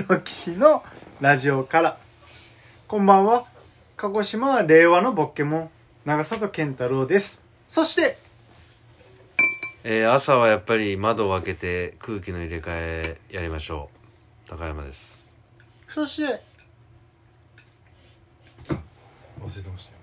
黒騎士のラジオから。こんばんは。鹿児島は令和のボッケモン長里健太郎です。そして朝はやっぱり窓を開けて空気の入れ替えやりましょう。高山です。 そして忘れてましたよ。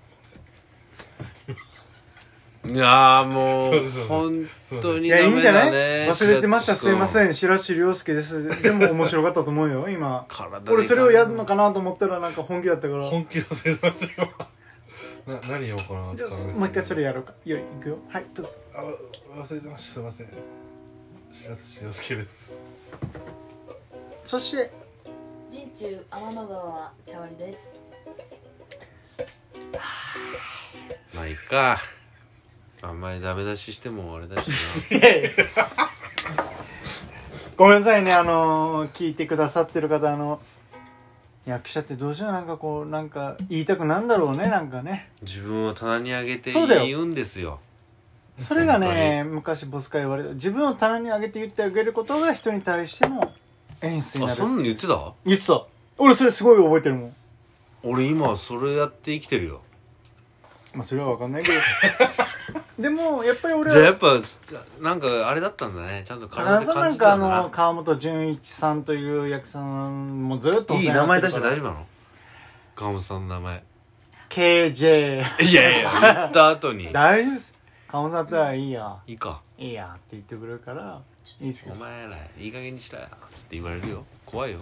いやーもう本当にいや、いいんじゃない？ ね、 忘れてました。すいません。白石亮介です。でも面白かったと思うよ今。 体俺それをやるのかなと思ったらなんか本気だったから。 本気忘れてましたよ。何言おうかなって。 じゃあもう一回それやろうか。いくよ。はい、どうぞ。 忘れてました。すいません。白石亮介です。 そして陣中天の川茶割りです。 まあいいか。あんまりダメ出ししてもあれだしごめんなさいね、聞いてくださってる方、役者ってどうしよう、なんかこうなんか言いたくなんだろうね、なんかね、 自分を棚に上げてそうだよ言うんですよ。 それがね、昔ボスから言われた、自分を棚に上げて言ってあげることが人に対しての演出になる。 あ、そんなの言ってた？ 言ってた。俺それすごい覚えてるもん。 俺今それやって生きてるよ。 まあそれは分かんないけどでもやっぱり俺はじゃあやっぱなんかあれだったんだね。ちゃんと体でなん感じてたんだかな。 川本純一さんという役者さんもずっといい名前出して大丈夫なの？川本さんの名前。 KJ いやいや言った後に大丈夫です。川本さんだったらいいやいいか。 いいやって言ってくれるからいいっすよ。 お前らいい加減にしろよつって言われるよ。怖いよ。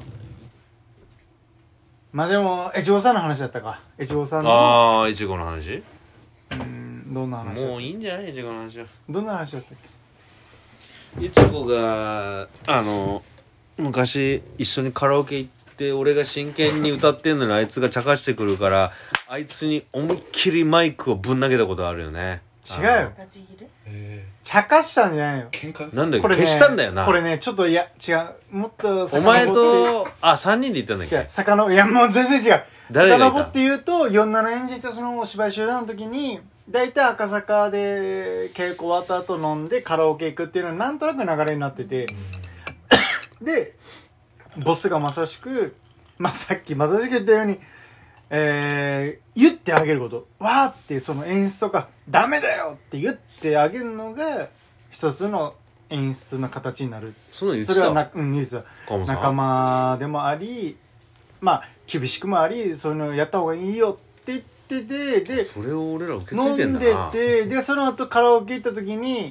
まあでも越後さんの話だったか。越後さんのいちごの話？ どんな話だった？ もういいんじゃない？いちごの話は。 どんな話だったっけ？ いちごが昔一緒にカラオケ行って俺が真剣に歌ってんのにあいつが茶化してくるからあいつに思いっきりマイクをぶん投げたことあるよね。 違うよ。 立ち切る？ 茶化したんじゃないよ。 喧嘩です。 なんだっけ、 これね、 消したんだよな。 これねちょっといや違う、もっとお前と3人で行ったんだっけ。 いやもう全然違う。 誰がいた？ 遡って言うと47演じてそのお芝居集団の時に大体赤坂で稽古終わった後飲んでカラオケ行くっていうのはなんとなく流れになっててでボスがまさしくさっきまさしく言ったように言ってあげること、わーってその演出とかダメだよって言ってあげるのが一つの演出の形になる。 その言ってた。 それは言ってた。仲間でもあり、厳しくもあり、そういうのやった方がいいよって言ってて、でそれを俺ら受け継いでんだな。 飲んでて、でその後カラオケ行った時に、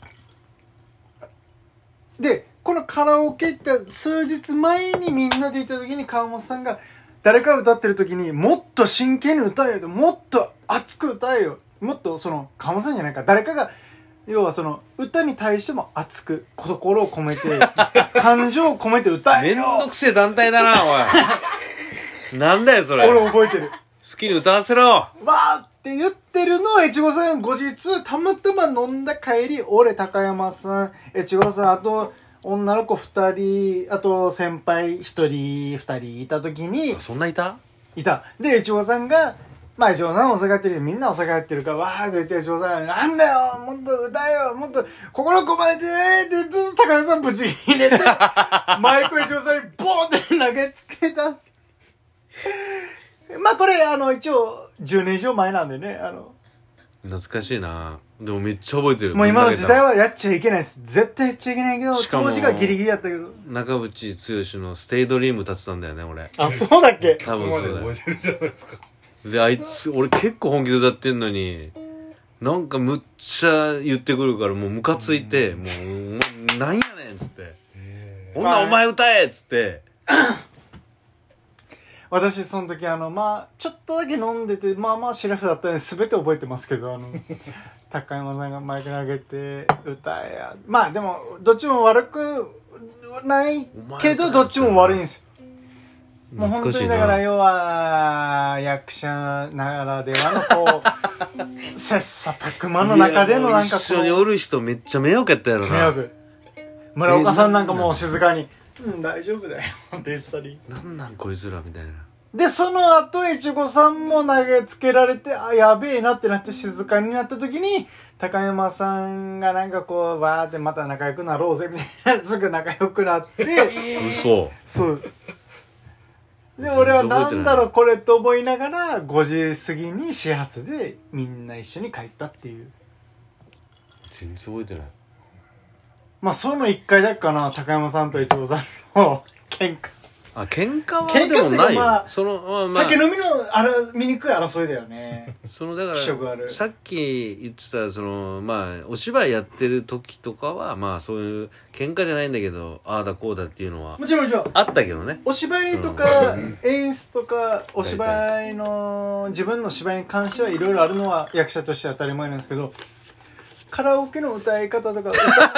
でこのカラオケ行った数日前にみんなで行った時に川本さんが誰か歌ってる時にもっと真剣に歌えよ、もっと熱く歌えよ、もっとその川本さんじゃないか、誰かが要はその歌に対しても熱く心を込めて感情を込めて歌えよ。 めんどくせえ団体だなおいなんだよそれ。 俺覚えてる。 好きに歌わせろ。 わーって言ってるのを越後さん後日たまたま飲んだ帰り、俺高山さん越後さんあと女の子2人あと先輩1人2人いた時にそんないたで越後さんが越後さんお酒やってるしみんなお酒やってるからわーって言って越後さんなんだよもっと歌えよもっと心込めてってずっと高山さんぶち入れてマイク越後さんにボーンって投げつけたんですこれ一応10年以上前なんでね懐かしいな。でもめっちゃ覚えてる。 もう今の時代はやっちゃいけないです。絶対やっちゃいけないけど当時がギリギリやったけど中渕剛のステイドリーム歌ってたんだよね俺。 あ、そうだっけ。 多分そうだよ。 覚えてるじゃないですか。 であいつ俺結構本気で歌ってんのになんかむっちゃ言ってくるからもうムカついてもうなんやねんっつってほんなお前歌えっつって私その時ちょっとだけ飲んでてシラフだったんで全て覚えてますけど高山さんがマイク投げて歌えやでもどっちも悪くないけどどっちも悪いんですよ。もう本当にだから要は役者ならではのこう切磋琢磨の中でのなんか一緒におる人めっちゃ迷惑やったやろな。 迷惑。村岡さんなんかもう静かに大丈夫だよって言ってたりなんこいつらみたいな。 でその後越後さんも投げつけられてやべえなってなって静かになった時に高山さんがなんかこうわーってまた仲良くなろうぜみたいなすぐ仲良くなって嘘。 そうで俺はなんだろうこれと思いながら5時過ぎに始発でみんな一緒に帰ったっていう。 全然覚えてない。 まあその1回だけかな、高山さんと一郎さんの喧嘩。 あ、喧嘩はでもないよ、 まあ、 その、 酒飲みの醜い争いだよね。 そのだか気色ある。 らさっき言ってたそのまあお芝居やってる時とかはまあそういう喧嘩じゃないんだけどああだこうだっていうのはもちろんあったけどね。 お芝居とか演出とかお芝居の自分の芝居に関してはいろいろあるのは役者として当たり前なんですけど、カラオケの歌い方とか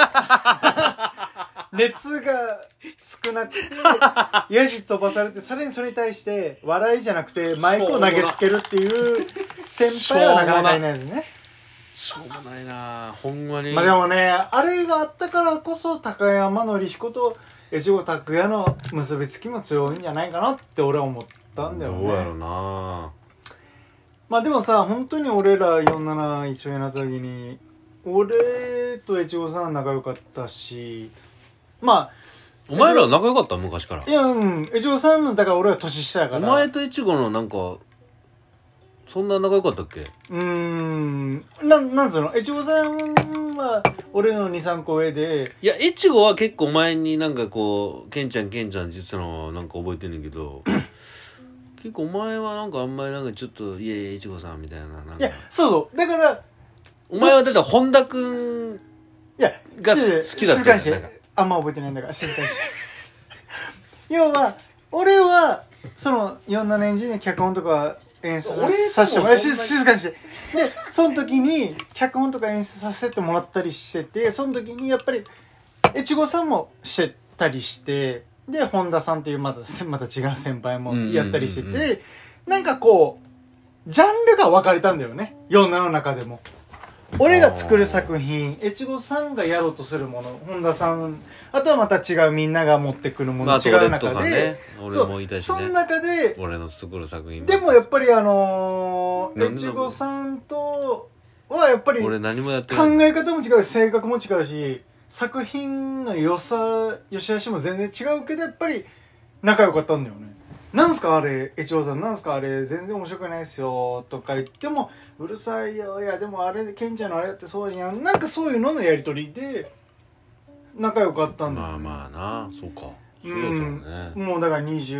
熱が少なくてヤジ飛ばされて、さらにそれに対して笑いじゃなくてマイクを投げつけるっていう先輩はなかなかいないですね。 しょうもないなほんまに。 まあでもね、あれがあったからこそ高山紀彦と越後拓也の結びつきも強いんじゃないかなって俺は思ったんだよね。 どうやろうな。 まあでもさ、本当に俺ら47一緒になった時に俺と越後さん仲良かったし、まあお前らは仲良かった昔から。 いや越後さんのだから俺は年下やから。 お前と越後のなんかそんな仲良かったっけ？ なんつうの、越後さんは俺の 2,3 個上で、 いや越後は結構前になんかこうケンちゃんって言ってたのはなんか覚えてんねんけど結構お前はなんかあんまりなんかちょっといやいや越後さんみたいななんか、 いやそうだからお前はだって本田君いやが好きだったよね。 あんま覚えてないんだから静かにし要は俺はその47年時に脚本とか演出させてもらって静かにしてで、その時に脚本とか演出させてもらったりしてて、その時にやっぱり越後さんもしてたりして、で本田さんっていうまた違う先輩もやったりしてて、なんかこうジャンルが分かれたんだよね、47の中でも。俺が作る作品、越後さんがやろうとするもの、本田さん、あとはまた違うみんなが持ってくるもの、違う中で、 ね、俺もいたしね、 その中で俺の作る作品でもやっぱり越後さんとはやっぱり俺何もやって考え方も違うし性格も違うし作品の良さ良し悪しも全然違うけどやっぱり仲良かったんだよね。なんすかあれ越後さん、なんすかあれ全然面白くないっすよとか言ってもうるさいよ、いやでもあれケンちゃんのあれやってそうやん、なんかそういうののやり取りで仲良かったんだよ。 まあな、そうか、そうだったね、 もうだから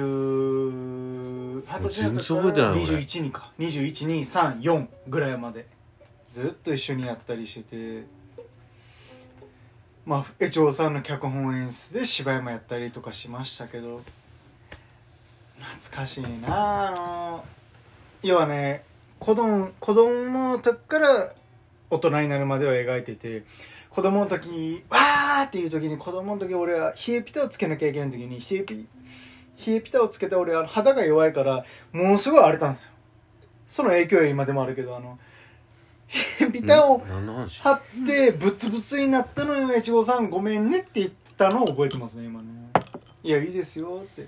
20歳だったから21にか21,2,3,4ぐらいまでずっと一緒にやったりしてて、まあ越後さんの脚本演出で芝居もやったりとかしましたけど、懐かしいな。要はね、子供の時から大人になるまでを描いてて、子供の時わーっていう時に、子供の時俺は冷えピタをつけなきゃいけない時に冷えピタをつけて俺は肌が弱いからものすごい荒れたんですよ。その影響は今でもあるけど、冷えピタを貼ってブツブツになったのよ、越後さんごめんねって言ったのを覚えてますね今ね。いやいいですよって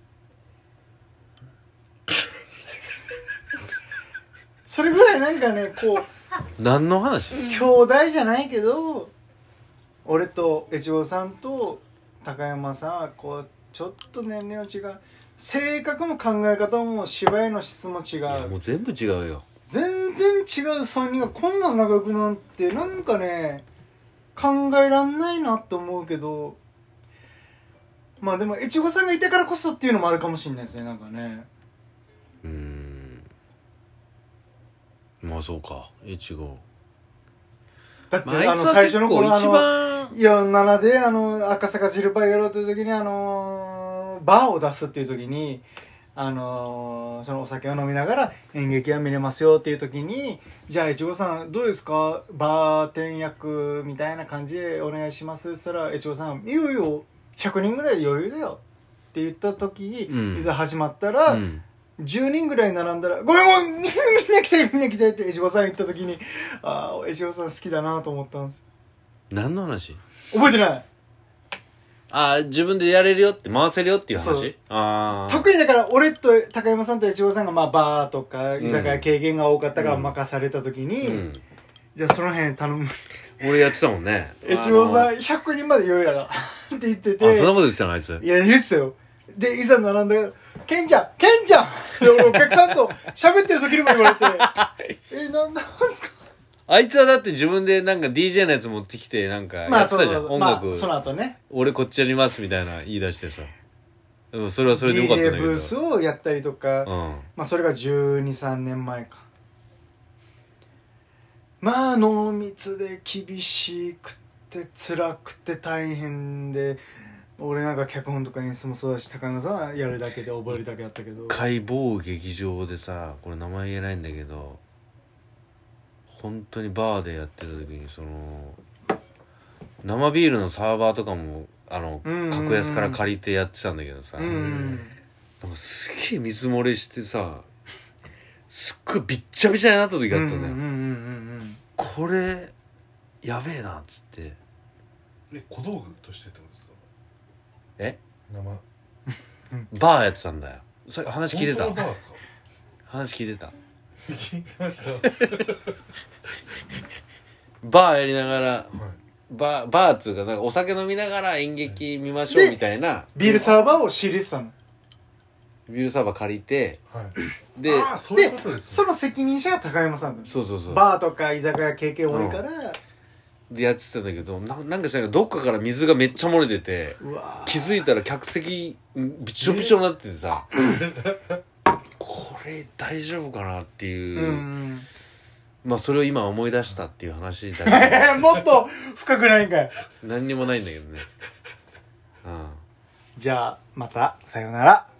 それぐらいなんかね、こう何の話？ 兄弟じゃないけど俺と越後さんと高山さんはこうちょっと年齢の違う、性格も考え方も芝居の質も違う、 もう全部違うよ。 全然違う3人がこんな仲良くなんてなんかね考えらんないなと思うけど、まあでも越後さんがいたからこそっていうのもあるかもしれないですね、なんかね。 まあそうか、越後だって、 まあ、 最初の頃一番 47で赤坂ジルバーやろうという時にバーを出すっていう時にそのお酒を飲みながら演劇は見れますよっていう時に、じゃあ越後さんどうですかバーテン役みたいな感じでお願いしますって言ったら、越後さんいいよ100人ぐらい余裕だよって言った時に、いざ始まったら、10人ぐらい並んだらごめんみんな来てって越後さん言った時に、ああ越後さん好きだなと思ったんです。 何の話？ 覚えてない。 自分でやれるよって回せるよっていう話。 特にだから俺と高山さんと越後さんがまあバーとか居酒屋経験が多かったから任された時に、じゃあその辺頼む俺やってたもんね。 越後さん100人まで余裕だからって言ってて、 そんなこと言ってたのあいつ。 いや言ってたよ。 でいざ並んで「ケンちゃんケンちゃん!」で俺お客さんと喋ってる時にも言われてなんすかあいつはだって自分でなんか DJ のやつ持ってきてなんかやってたじゃん、音楽、 まあ、その後ね俺こっちやりますみたいな言い出してさ、でもそれはそれでよかったんだけ DJ どブースをやったりとか、 うんまあそれが12、3年前か。まあ濃密で厳しくて辛くて大変で、俺なんか脚本とか演出もそうだし、高野さんはやるだけで覚えるだけだったけど、 解剖劇場でさ、これ名前言えないんだけど、本当にバーでやってた時にその生ビールのサーバーとかも格安から借りてやってたんだけどさ、なんかすげえ水漏れしてさ、すっごいびっちゃびちゃになった時があったんだよ、これやべえなっつって。 小道具としてってことですか？ え生バーやってたんだよ。さ話聞いてた？ 本当のバーですか？ 話聞いてた？ 聞いてましたバーやりながら、 はい、 バーっつうか、なんかお酒飲みながら演劇見ましょうみたいな。 ビールサーバーを仕入れてたの。 ビールサーバー借りて、 はい、 で、 ああそういうことですね。 その責任者が高山さんだ。 そうそうそう。 バーとか居酒屋経験多いから、 でやってたんだけど、なんかしらどっかから水がめっちゃ漏れてて、 うわ気づいたら客席びちょびちょになっててさ、これ大丈夫かなっていう、まあそれを今思い出したっていう話だけどもっと深くないんかい。 何にもないんだけどね。うん。 じゃあまたさようなら。